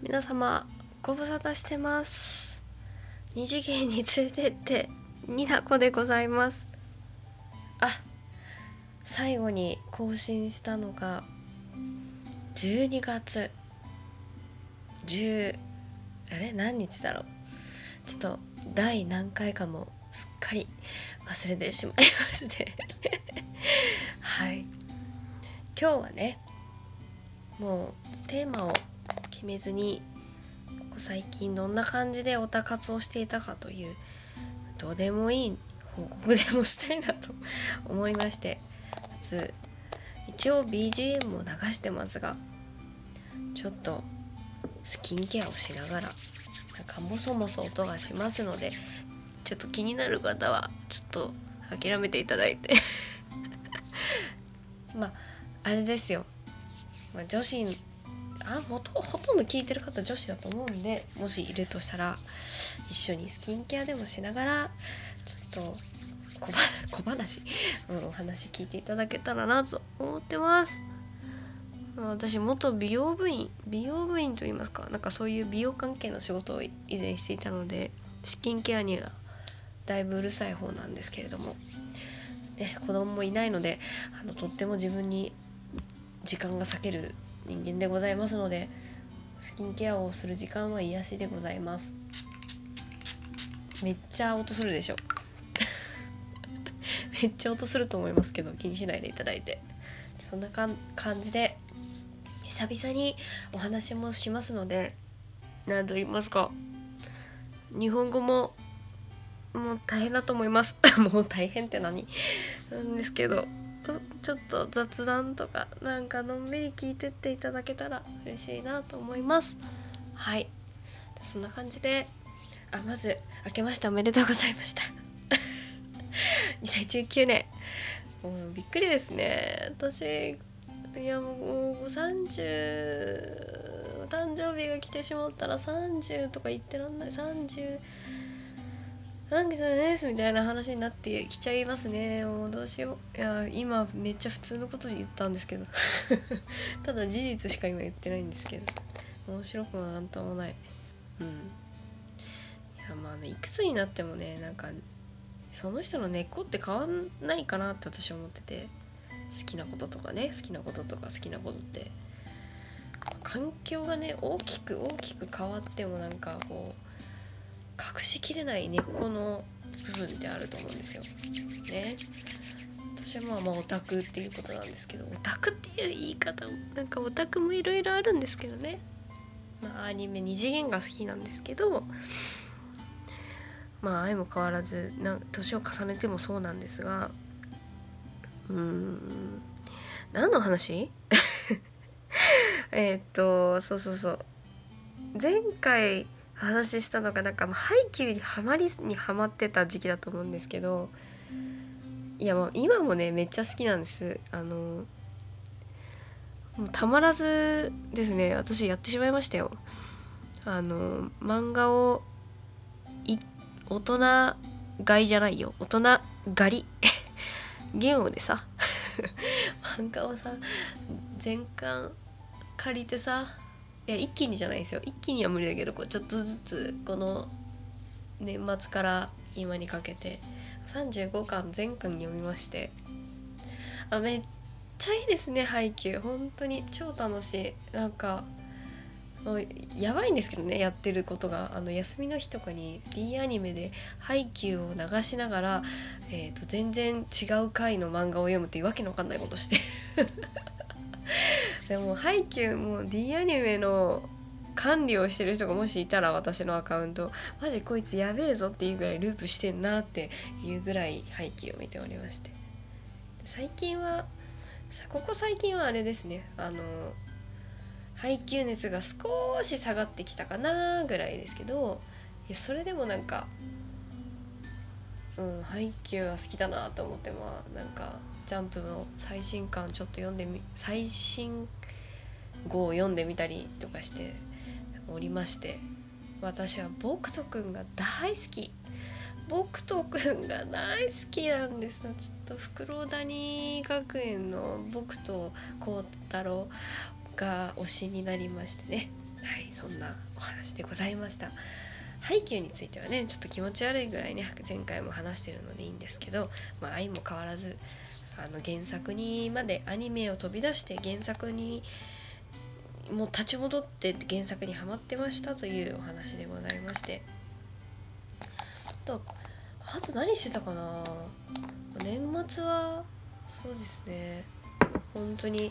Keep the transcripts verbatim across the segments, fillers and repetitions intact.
皆様ご無沙汰してます。二次元に連れてってになこでございます。あ、最後に更新したのがじゅうにがつじゅうあれ何日だろう、ちょっと第何回かもすっかり忘れてしまいましてはい今日はね、もうテーマを決めずに最近どんな感じでオタ活をしていたかというどうでもいい報告でもしたいなと思いまして、まず一応 ビージーエム を流してますが、ちょっとスキンケアをしながらなんかもそもそ音がしますので、ちょっと気になる方はちょっと諦めていただいてまああれですよ、まあ、女子あもとほとんど聞いてる方女子だと思うんで、もしいるとしたら一緒にスキンケアでもしながらちょっと小話、小話、うん、お話聞いていただけたらなと思ってます。私元美容部員美容部員といいますか、なんかそういう美容関係の仕事を以前していたので、スキンケアにはだいぶうるさい方なんですけれども、ね、子供もいないのであのとっても自分に時間が割ける人間でございますので、スキンケアをする時間は癒しでございます。めっちゃ音するでしょめっちゃ音すると思いますけど気にしないでいただいて、そんなかん感じで久々にお話もしますので、何と言いますか、日本語ももう大変だと思いますもう大変って何なんですけど、ちょっと雑談とかなんかのんびり聞いてっていただけたら嬉しいなと思います。はい、そんな感じで、あまず明けましておめでとうございましたにせんじゅうきゅうねん、もうびっくりですね。私いやもうさんじゅうお誕生日が来てしまったらさんじゅうとか言ってらんない、さんじゅうなんかですみたいな話になってきちゃいますね。もうどうしよう。いや今めっちゃ普通のこと言ったんですけどただ事実しか今言ってないんですけど、面白くもなんともない。うんいやまあね、いくつになってもね、なんかその人の根っこって変わんないかなって私は思ってて、好きなこととかね、好きなこととか好きなことって環境がね大きく大きく変わってもなんかこう隠しきれない根っこの部分ってあると思うんですよね。私はまあまあオタクっていうことなんですけど、オタクっていう言い方なんかオタクもいろいろあるんですけどね、まあアニメ二次元が好きなんですけど、まあ相も変わらずな年を重ねてもそうなんですが、うーん何の話えっとそうそうそう前回話したのがなんかハイキューにハマりにハマってた時期だと思うんですけど、いやもう今もねめっちゃ好きなんです。あのもうたまらずですね、私やってしまいましたよ。あの漫画をい大人買いじゃないよ、大人狩りゲオでさ漫画をさ全巻借りてさ、いや一気にじゃないですよ、一気には無理だけどこうちょっとずつこの年末から今にかけてさんじゅうごかん全巻読みまして、あめっちゃいいですねハイキュー、本当に超楽しい。なんかもうやばいんですけどね、やってることがあの休みの日とかに D アニメでハイキューを流しながら、えー、と全然違う回の漫画を読むっていうわけのわかんないことしてでもハイキューも D アニメの管理をしてる人がもしいたら、私のアカウントマジこいつやべえぞっていうぐらいループしてんなっていうぐらいハイキューを見ておりまして、最近はここ最近はあれですね、あの配給熱が少し下がってきたかなぐらいですけど、いやそれでもなんかうん配給は好きだなと思って、まあなんかジャンプの最新刊ちょっと読んでみ最新号を読んでみたりとかしておりまして、私はボクトくんが大好きボクトくんが大好きなんですよ。ちょっと袋谷学園のボクト幸太郎が推しになりましてね、はい、そんなお話でございました。ハイキューについてはねちょっと気持ち悪いぐらいね前回も話してるのでいいんですけど、まあ、愛も変わらずあの原作にまでアニメを飛び出して原作にもう立ち戻って原作にハマってましたというお話でございまして、あとあと何してたかな。年末はそうですね、本当に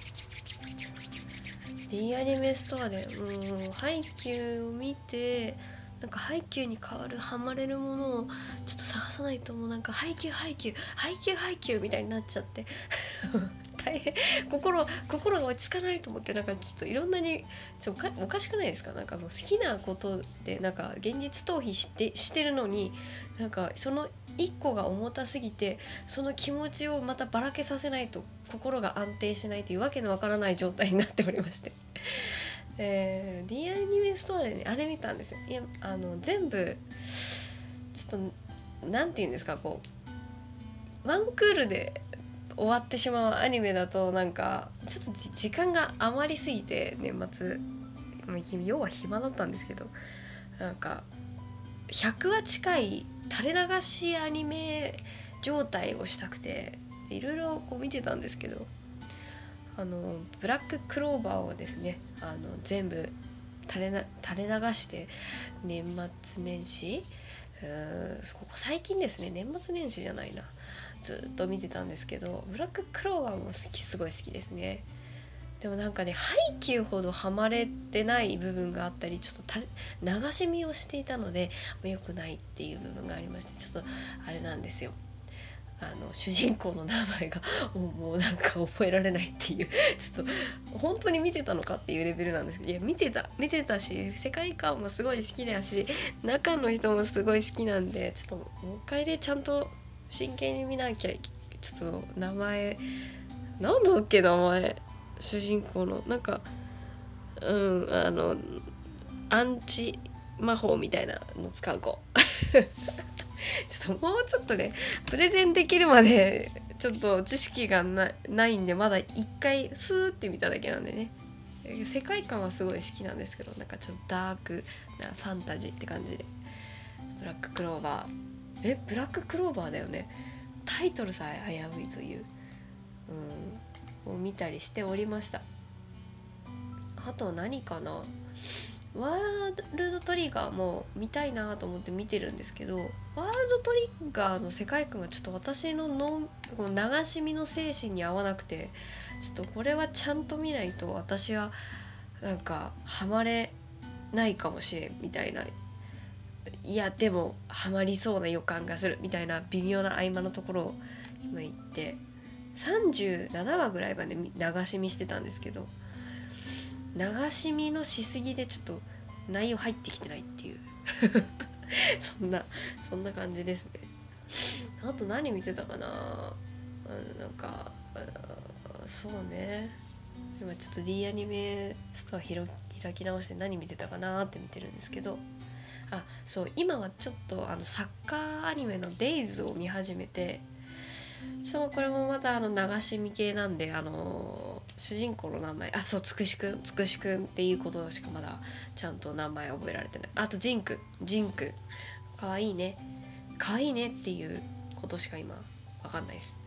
D アニメストアでもうハイキューを見て、なんかハイキューに代わるハマれるものをちょっと探さないと、もうなんかハイキューハイキューハイキューハイキューみたいになっちゃって大変心心が落ち着かないと思って、なんかちょっといろんなにそうかおかしくないですか。なんかもう好きなことでなんか現実逃避してしてるのに、なんかその一個が重たすぎてその気持ちをまたばらけさせないと心が安定しないというわけのわからない状態になっておりましてえー、D アニメストアでねあれ見たんですよ。いやあの全部ちょっとなんて言うんですか、こうワンクールで終わってしまうアニメだとなんかちょっと時間が余りすぎて、年末要は暇だったんですけど、なんかひゃくわ近い垂れ流しアニメ状態をしたくていろいろこう見てたんですけど、あのブラッククローバーをですねあの全部垂れな垂れ流して年末年始うーんここ最近ですね、年末年始じゃないな、ずっと見てたんですけど、ブラッククローバーも好きすごい好きですね。でもなんかねハイキューほどハマれてない部分があったり、ちょっと流し見をしていたので良くないっていう部分がありまして、ちょっとあれなんですよ、あの主人公の名前がもうなんか覚えられないっていうちょっと本当に見てたのかっていうレベルなんですけど、いや見てた見てたし世界観もすごい好きだし中の人もすごい好きなんで、ちょっともう一回でちゃんと真剣に見なきゃ。ちょっと名前なんだっけ、名前主人公のなんかうんあのアンチ魔法みたいなの使う子ちょっともうちょっとねプレゼンできるまでちょっと知識が な, ないんでまだ一回スーって見ただけなんでね、世界観はすごい好きなんですけど、なんかちょっとダークなファンタジーって感じで、ブラッククローバーえブラッククローバーだよね、タイトルさえ危ういという、うん、を見たりしておりました。あと何かな、ワールドトリガーも見たいなと思って見てるんですけど、ワールドトリガーの世界観がちょっと私ののこの流し見の精神に合わなくて、ちょっとこれはちゃんと見ないと私はなんかハマれないかもしれんみたいな、いやでもハマりそうな予感がするみたいな微妙な合間のところを今言ってさんじゅうななわぐらいまで流し見してたんですけど、流し見のしすぎでちょっと内容入ってきてないっていうそんなそんな感じですね。あと何見てたかな、なんかそうね、今ちょっと D アニメストア開き直して何見てたかなって見てるんですけど、あそう今はちょっとあのサッカーアニメのデイズを見始めて、そうこれもまたあの流し見系なんで、あの主人公の名前あそうつくしくんつくしくんっていうことしかまだちゃんと名前覚えられてない。あとジンクジンクかわいいねかわいいねっていうことしか今わかんないです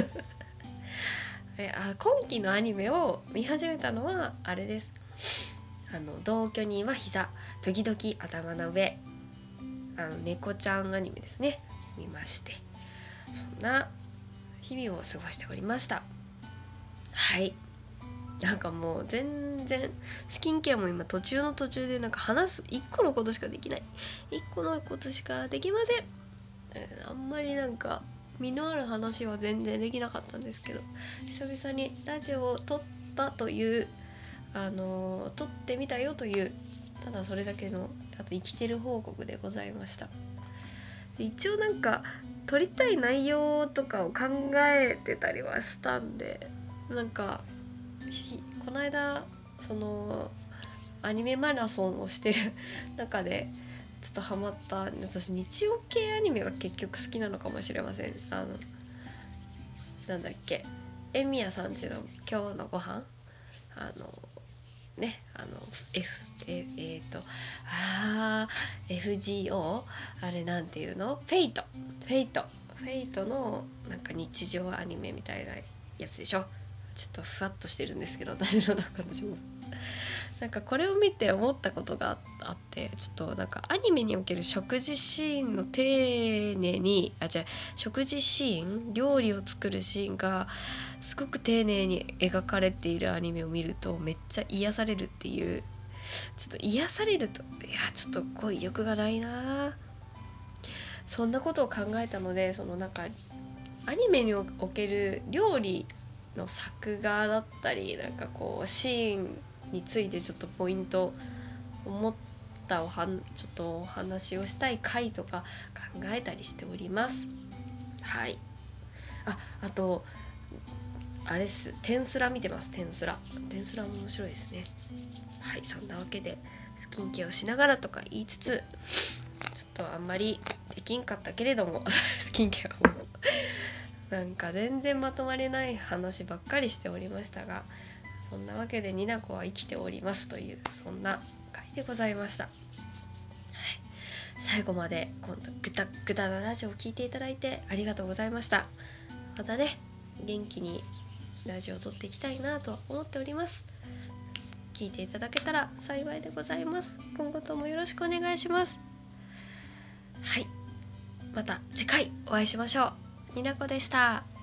えあ今期のアニメを見始めたのはあれです、あの同居人は膝時々頭の上、あの猫ちゃんアニメですね、見まして、そんな日々を過ごしておりました。はい、なんかもう全然スキンケアも今途中の途中でなんか話すいっこのことしかできないいっこのことしかできません、えー、あんまりなんか身のある話は全然できなかったんですけど、久々にラジオを撮ったというあのー、撮ってみたよというただそれだけのあと生きてる報告でございました。一応なんか撮りたい内容とかを考えてたりはしたんで、なんかこの間そのアニメマラソンをしてる中でちょっとハマった、私日曜系アニメが結局好きなのかもしれません。あのなんだっけ、エミヤさんちの今日のご飯あのねあの F ええー、とあー エフジーオー あれなんていうのフェイトフェイトフェイトのなんか日常アニメみたいなやつでしょ。ちょっとふわっとしてるんですけど私の中の情報なんかこれを見て思ったことがあってちょっとなんかアニメにおける食事シーンの丁寧にあじゃあ食事シーン料理を作るシーンがすごく丁寧に描かれているアニメを見るとめっちゃ癒されるっていうちょっと癒されるといやちょっと語彙力がないなそんなことを考えたのでそのなんかアニメにおける料理の作画だったりなんかこうシーンについてちょっとポイント思ったおはちょっとお話をしたい回とか考えたりしております。はい。あ、あとあれっすテンスラ見てますテンスラテンスラも面白いですね。はいそんなわけでスキンケアをしながらとか言いつつちょっとあんまりできんかったけれどもスキンケアもなんか全然まとまりない話ばっかりしておりましたがそんなわけでになこは生きておりますというそんな回でございました。はい、最後まで今度グダグダなラジオを聞いていただいてありがとうございました。またね元気にラジオを撮っていきたいなと思っております。聞いていただけたら幸いでございます。今後ともよろしくお願いします。はいまた次回お会いしましょう。になこでした。